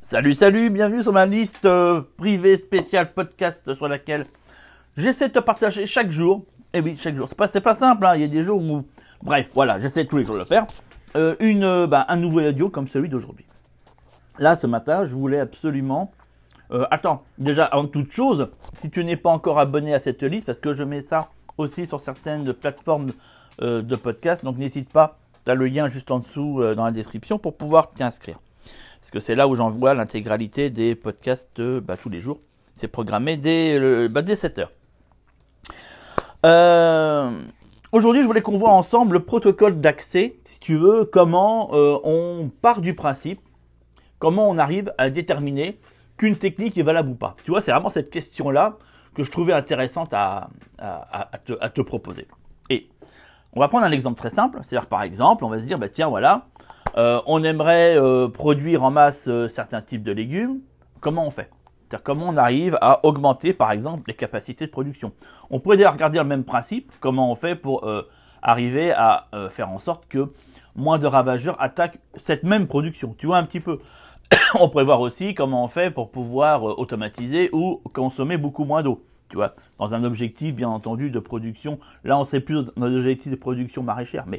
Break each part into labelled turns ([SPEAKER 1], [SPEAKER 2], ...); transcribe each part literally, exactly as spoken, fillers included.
[SPEAKER 1] Salut, salut, bienvenue sur ma liste euh, privée spéciale podcast sur laquelle j'essaie de te partager chaque jour. Et oui, chaque jour. C'est pas, c'est pas simple, hein. Il y a des jours où... Bref, voilà, j'essaie tous les jours de le faire. Euh, une, euh, bah, un nouveau audio comme celui d'aujourd'hui. Là, ce matin, je voulais absolument... Euh, attends, déjà, avant toute chose, si tu n'es pas encore abonné à cette liste, parce que je mets ça aussi sur certaines plateformes euh, de podcast, donc n'hésite pas, tu as le lien juste en dessous euh, dans la description pour pouvoir t'y inscrire. Parce que c'est là où j'envoie l'intégralité des podcasts euh, bah, tous les jours. C'est programmé dès, euh, bah, dès sept heures. Euh, aujourd'hui, je voulais qu'on voit ensemble le protocole d'accès, si tu veux, comment euh, on part du principe, comment on arrive à déterminer qu'une technique est valable ou pas. Tu vois, c'est vraiment cette question-là que je trouvais intéressante à, à, à, te, à te proposer. Et on va prendre un exemple très simple. C'est-à-dire, par exemple, on va se dire, bah, tiens, voilà, euh, on aimerait euh, produire en masse euh, certains types de légumes. Comment on fait ? C'est-à-dire, comment on arrive à augmenter, par exemple, les capacités de production. On pourrait d'ailleurs regarder le même principe, comment on fait pour euh, arriver à euh, faire en sorte que moins de ravageurs attaquent cette même production. Tu vois un petit peu. On pourrait voir aussi comment on fait pour pouvoir euh, automatiser ou consommer beaucoup moins d'eau. Tu vois, dans un objectif, bien entendu, de production. Là, on serait plus dans un objectif de production maraîchère, mais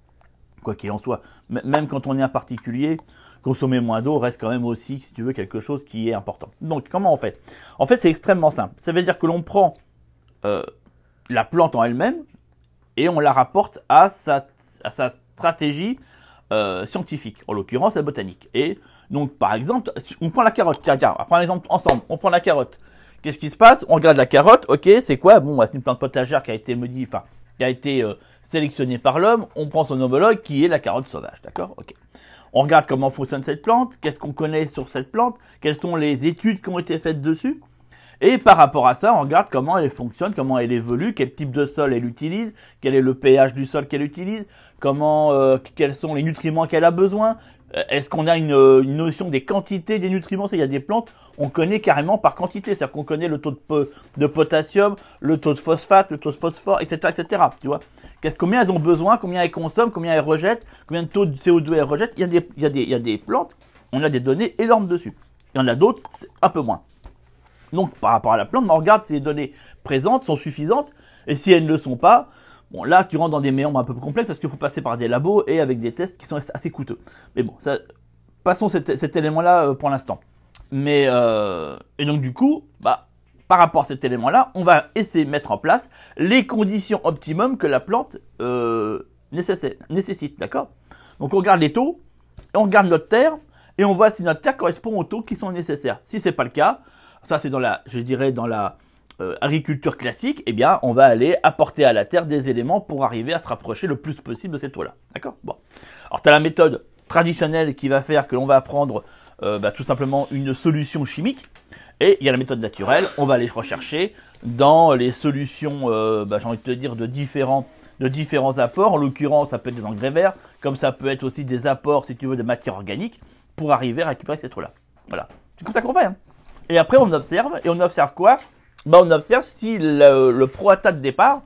[SPEAKER 1] quoi qu'il en soit, m- même quand on est un particulier, consommer moins d'eau reste quand même aussi, si tu veux, quelque chose qui est important. Donc, comment on fait ? En fait, c'est extrêmement simple. Ça veut dire que l'on prend euh, la plante en elle-même et on la rapporte à sa, à sa stratégie euh, scientifique, en l'occurrence la botanique. Et donc, par exemple, on prend la carotte. Tiens, tiens, on va prendre un exemple ensemble. On prend la carotte. Qu'est-ce qui se passe ? On regarde la carotte. Ok, c'est quoi ? Bon, c'est une plante potagère qui a été modifiée, enfin, qui a été euh, sélectionnée par l'homme. On prend son homologue qui est la carotte sauvage. D'accord ? Ok. On regarde comment fonctionne cette plante. Qu'est-ce qu'on connaît sur cette plante ? Quelles sont les études qui ont été faites dessus ? Et par rapport à ça, on regarde comment elle fonctionne, comment elle évolue, quel type de sol elle utilise, quel est le pH du sol qu'elle utilise, comment, euh, quels sont les nutriments qu'elle a besoin. Est-ce qu'on a une, une notion des quantités des nutriments ? Il y a des plantes, on connaît carrément par quantité. C'est-à-dire qu'on connaît le taux de, po- de potassium, le taux de phosphate, le taux de phosphore, et cetera, et cetera. Tu vois ? Combien elles ont besoin, combien elles consomment, combien elles rejettent, combien de taux de C O deux elles rejettent. Il y a des, il y a des, il y a des plantes, on a des données énormes dessus. Il y en a d'autres, un peu moins. Donc, par rapport à la plante, on regarde si les données présentes sont suffisantes. Et si elles ne le sont pas, bon, là, tu rentres dans des méandres un peu plus complexes parce qu'il faut passer par des labos et avec des tests qui sont assez coûteux. Mais bon, ça, passons cet, cet élément-là euh, pour l'instant. Mais, euh, et donc, du coup, bah, par rapport à cet élément-là, on va essayer de mettre en place les conditions optimum que la plante euh, nécessite, nécessite, d'accord ? Donc, on regarde les taux, et on regarde notre terre, et on voit si notre terre correspond aux taux qui sont nécessaires. Si c'est pas le cas, ça c'est dans la, je dirais, dans la euh, agriculture classique, eh bien, on va aller apporter à la terre des éléments pour arriver à se rapprocher le plus possible de ces taux-là. D'accord ? Bon. Alors, tu as la méthode traditionnelle qui va faire que l'on va prendre euh, bah, tout simplement une solution chimique. Et il y a la méthode naturelle, on va aller rechercher dans les solutions, euh, bah, j'ai envie de te dire, de différents, de différents apports. En l'occurrence, ça peut être des engrais verts, comme ça peut être aussi des apports, si tu veux, de matière organique, pour arriver à récupérer ces taux-là. Voilà. C'est comme ça qu'on fait, hein. Et après, on observe, et on observe quoi ? Bah, on observe si le, le pro-atta de départ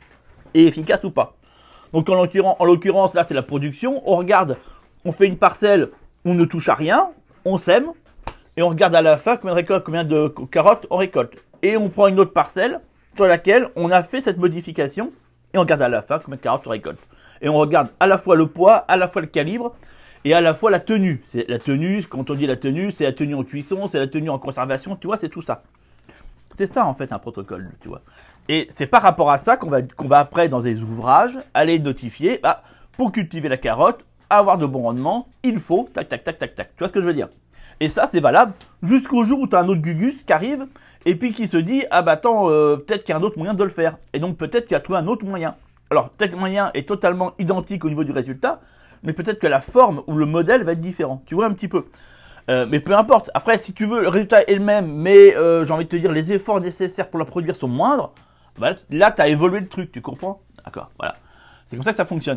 [SPEAKER 1] est efficace ou pas. Donc, en l'occurrence, en l'occurrence, là, c'est la production. On regarde, on fait une parcelle, on ne touche à rien, on sème, et on regarde à la fin combien de récoltes, combien de carottes on récolte. Et on prend une autre parcelle sur laquelle on a fait cette modification, et on regarde à la fin combien de carottes on récolte. Et on regarde à la fois le poids, à la fois le calibre, et à la fois la tenue. C'est la tenue, quand on dit la tenue, c'est la tenue en cuisson, c'est la tenue en conservation, tu vois, c'est tout ça. C'est ça en fait un protocole, tu vois. Et c'est par rapport à ça qu'on va, qu'on va après dans des ouvrages aller notifier, bah, pour cultiver la carotte, avoir de bons rendements, il faut, tac, tac, tac, tac, tac. Tu vois ce que je veux dire ? Et ça, c'est valable jusqu'au jour où tu as un autre Gugus qui arrive et puis qui se dit, ah bah attends, euh, peut-être qu'il y a un autre moyen de le faire. Et donc peut-être qu'il a trouvé un autre moyen. Alors peut-être que le moyen est totalement identique au niveau du résultat, mais peut-être que la forme ou le modèle va être différent. Tu vois un petit peu. Euh, mais peu importe. Après, si tu veux, le résultat est le même, mais euh, j'ai envie de te dire, les efforts nécessaires pour le produire sont moindres, bah, là, tu as évolué le truc, tu comprends ? D'accord, voilà. C'est comme ça que ça fonctionne.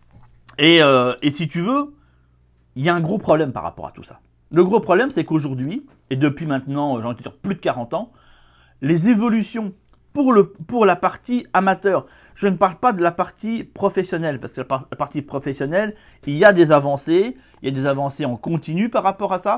[SPEAKER 1] Et, euh, et si tu veux, il y a un gros problème par rapport à tout ça. Le gros problème, c'est qu'aujourd'hui, et depuis maintenant, j'ai envie de te dire, plus de quarante ans, les évolutions pour, le, pour la partie amateur, je ne parle pas de la partie professionnelle, parce que la, par, la partie professionnelle, il y a des avancées, il y a des avancées en continu par rapport à ça,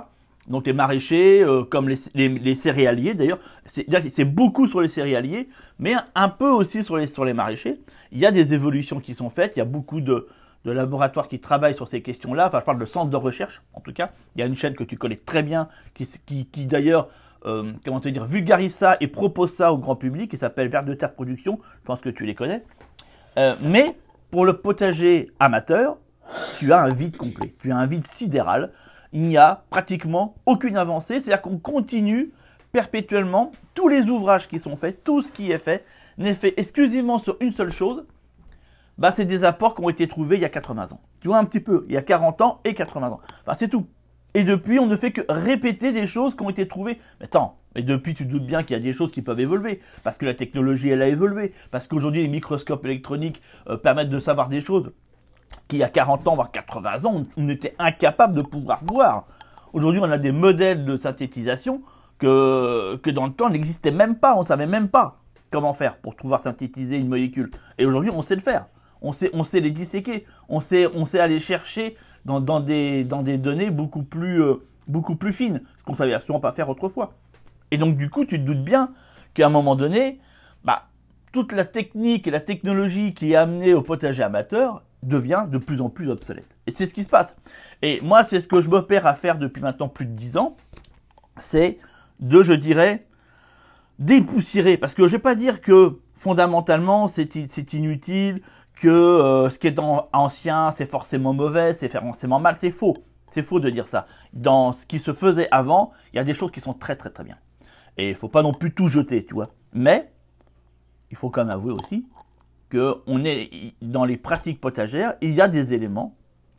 [SPEAKER 1] Donc les maraîchers, euh, comme les, les, les céréaliers d'ailleurs, c'est beaucoup sur les céréaliers, mais un peu aussi sur les, sur les maraîchers. Il y a des évolutions qui sont faites, il y a beaucoup de, de laboratoires qui travaillent sur ces questions-là. Enfin, je parle de centres de recherche, en tout cas. Il y a une chaîne que tu connais très bien, qui, qui, qui d'ailleurs, euh, comment te dire, vulgarise ça et propose ça au grand public, qui s'appelle Vers de Terre Production. Je pense que tu les connais. Euh, mais pour le potager amateur, tu as un vide complet, tu as un vide sidéral. Il n'y a pratiquement aucune avancée, c'est-à-dire qu'on continue perpétuellement, tous les ouvrages qui sont faits, tout ce qui est fait, n'est fait exclusivement sur une seule chose, bah, c'est des apports qui ont été trouvés il y a quatre-vingts ans. Tu vois un petit peu, il y a quarante ans et quatre-vingts ans. Enfin, c'est tout. Et depuis, on ne fait que répéter des choses qui ont été trouvées. Mais attends, mais depuis, tu te doutes bien qu'il y a des choses qui peuvent évoluer, parce que la technologie, elle a évolué, parce qu'aujourd'hui, les microscopes électroniques euh, permettent de savoir des choses qu'il y a quarante ans, voire quatre-vingts ans, on était incapable de pouvoir voir. Aujourd'hui, on a des modèles de synthétisation que, que dans le temps n'existaient même pas, on ne savait même pas comment faire pour pouvoir synthétiser une molécule. Et aujourd'hui, on sait le faire. On sait, on sait les disséquer, on sait, on sait aller chercher dans, dans, des, dans des données beaucoup plus, euh, beaucoup plus fines, ce qu'on ne savait absolument pas faire autrefois. Et donc, du coup, tu te doutes bien qu'à un moment donné, bah, toute la technique et la technologie qui est amenée au potager amateur devient de plus en plus obsolète. Et c'est ce qui se passe. Et moi, c'est ce que je m'opère à faire depuis maintenant plus de dix ans, c'est de, je dirais, dépoussiérer. Parce que je ne vais pas dire que fondamentalement, c'est inutile, que euh, ce qui est dans, ancien, c'est forcément mauvais, c'est forcément mal. C'est faux. C'est faux de dire ça. Dans ce qui se faisait avant, il y a des choses qui sont très très très bien. Et il ne faut pas non plus tout jeter, tu vois. Mais, il faut quand même avouer aussi qu'on est dans les pratiques potagères, il y a des éléments,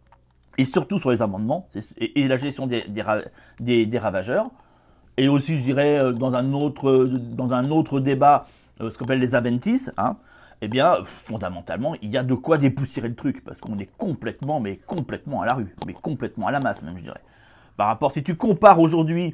[SPEAKER 1] et surtout sur les amendements, et, et la gestion des, des, des, des ravageurs, et aussi, je dirais, dans un autre, dans un autre débat, ce qu'on appelle les adventices, hein, eh bien, fondamentalement, il y a de quoi dépoussiérer le truc, parce qu'on est complètement, mais complètement à la rue, mais complètement à la masse même, je dirais. Par rapport, si tu compares aujourd'hui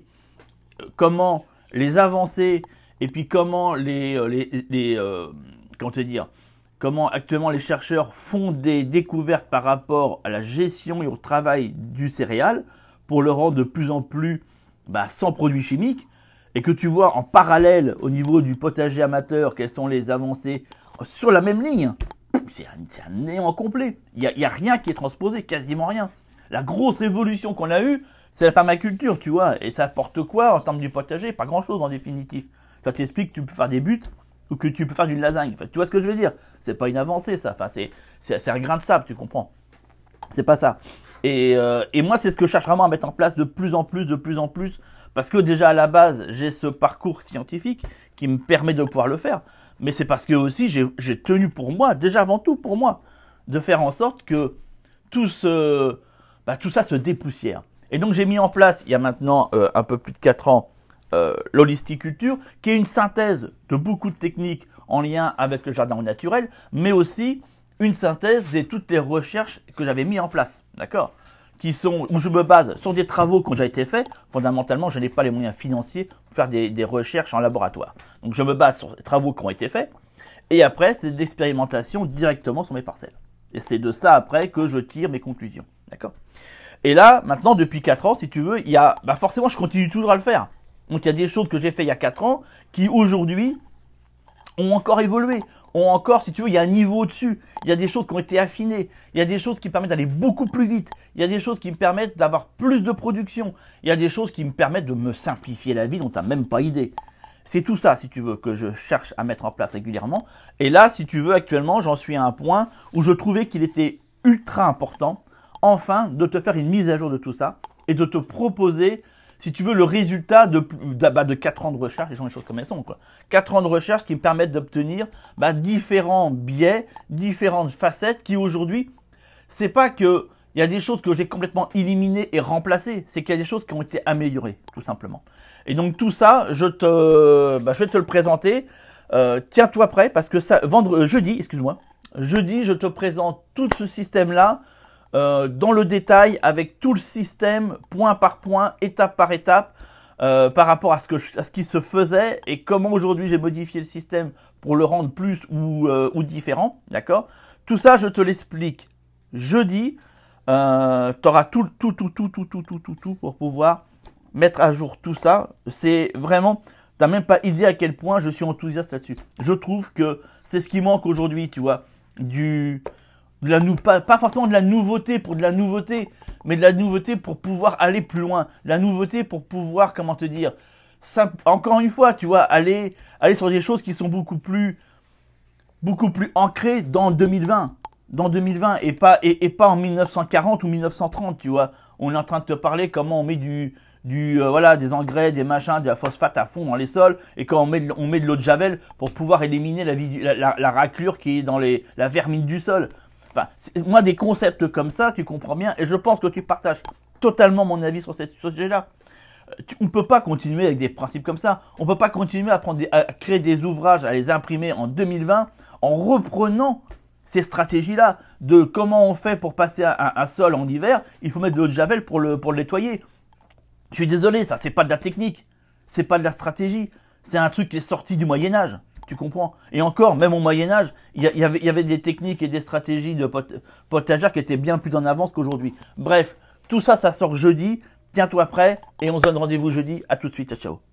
[SPEAKER 1] comment les avancées, et puis comment les, les, les euh, comment te dire, comment actuellement les chercheurs font des découvertes par rapport à la gestion et au travail du céréal, pour le rendre de plus en plus bah, sans produits chimiques, et que tu vois en parallèle au niveau du potager amateur quelles sont les avancées sur la même ligne, c'est un, un néant complet. Il n'y a, a rien qui est transposé, quasiment rien. La grosse révolution qu'on a eue, c'est la permaculture, tu vois, et ça apporte quoi en termes du potager? Pas grand-chose en définitif. Ça t'explique que tu peux faire des buts ou que tu peux faire d'une lasagne. Enfin, tu vois ce que je veux dire? C'est pas une avancée, ça. Enfin, c'est un grain de sable, tu comprends? C'est pas ça. Et, euh, et moi, c'est ce que je cherche vraiment à mettre en place de plus en plus, de plus en plus, parce que déjà à la base, j'ai ce parcours scientifique qui me permet de pouvoir le faire. Mais c'est parce que aussi, j'ai tenu pour moi, déjà avant tout pour moi, de faire en sorte que tout, ce, bah, tout ça se dépoussière. Et donc, j'ai mis en place, il y a maintenant euh, un peu plus de quatre ans, euh, l'holisticulture, qui est une synthèse de beaucoup de techniques en lien avec le jardin naturel, mais aussi une synthèse de toutes les recherches que j'avais mis en place, d'accord, qui sont, où je me base sur des travaux qui ont déjà été faits. Fondamentalement, je n'ai pas les moyens financiers pour faire des, des recherches en laboratoire. Donc, je me base sur les travaux qui ont été faits. Et après, c'est de l'expérimentation directement sur mes parcelles. Et c'est de ça, après, que je tire mes conclusions. D'accord? Et là, maintenant, depuis quatre ans, si tu veux, il y a, bah forcément, je continue toujours à le faire. Donc, il y a des choses que j'ai fait il y a quatre ans qui, aujourd'hui, ont encore évolué. Ont encore, si tu veux, il y a un niveau au-dessus. Il y a des choses qui ont été affinées. Il y a des choses qui me permettent d'aller beaucoup plus vite. Il y a des choses qui me permettent d'avoir plus de production. Il y a des choses qui me permettent de me simplifier la vie dont tu n'as même pas idée. C'est tout ça, si tu veux, que je cherche à mettre en place régulièrement. Et là, si tu veux, actuellement, j'en suis à un point où je trouvais qu'il était ultra important, enfin, de te faire une mise à jour de tout ça et de te proposer, si tu veux, le résultat de, de, bah, de quatre ans de recherche, et les choses comme elles sont, quoi. quatre ans de recherche qui me permettent d'obtenir bah, différents biais, différentes facettes qui aujourd'hui, c'est pas que il y a des choses que j'ai complètement éliminées et remplacées, c'est qu'il y a des choses qui ont été améliorées, tout simplement. Et donc tout ça, je te, bah, je vais te le présenter. Euh, Tiens-toi prêt parce que ça, vendre, jeudi, excuse-moi, jeudi, je te présente tout ce système-là euh, dans le détail avec tout le système, point par point, étape par étape, euh, par rapport à ce, que je, à ce qui se faisait et comment aujourd'hui j'ai modifié le système pour le rendre plus ou, euh, ou différent, d'accord? Tout ça, je te l'explique jeudi. Euh, tu auras tout, tout, tout, tout, tout, tout, tout, tout, tout pour pouvoir mettre à jour tout ça. C'est vraiment, t'as même pas idée à quel point je suis enthousiaste là-dessus. Je trouve que c'est ce qui manque aujourd'hui, tu vois, du, de la nou pas, pas forcément de la nouveauté pour de la nouveauté, mais de la nouveauté pour pouvoir aller plus loin, la nouveauté pour pouvoir, comment te dire, ça, encore une fois, tu vois, aller, aller sur des choses qui sont beaucoup plus, beaucoup plus ancrées dans deux mille vingt, dans deux mille vingt et pas, et, et pas en mille neuf cent quarante ou mille neuf cent trente, tu vois. On est en train de te parler comment on met du, du, euh, voilà, des engrais, des machins, de la phosphate à fond dans les sols, et quand on met de, on met de l'eau de javel pour pouvoir éliminer la, vie, la, la, la raclure qui est dans les, la vermine du sol. Enfin, moi, des concepts comme ça, tu comprends bien, et je pense que tu partages totalement mon avis sur ce sujet-là. On ne peut pas continuer avec des principes comme ça. On ne peut pas continuer à, prendre des, à créer des ouvrages, à les imprimer en deux mille vingt en reprenant ces stratégies-là de comment on fait pour passer un, un, un sol en hiver. Il faut mettre de l'eau de javel pour le, pour le nettoyer. Je suis désolé, ça c'est pas de la technique, c'est pas de la stratégie. C'est un truc qui est sorti du Moyen-Âge. Tu comprends? Et encore, même au Moyen-Âge, il y, y, avait, y avait des techniques et des stratégies de pot potagère qui étaient bien plus en avance qu'aujourd'hui. Bref, tout ça, ça sort jeudi. Tiens-toi prêt et on se donne rendez-vous jeudi. À tout de suite. Ciao, ciao.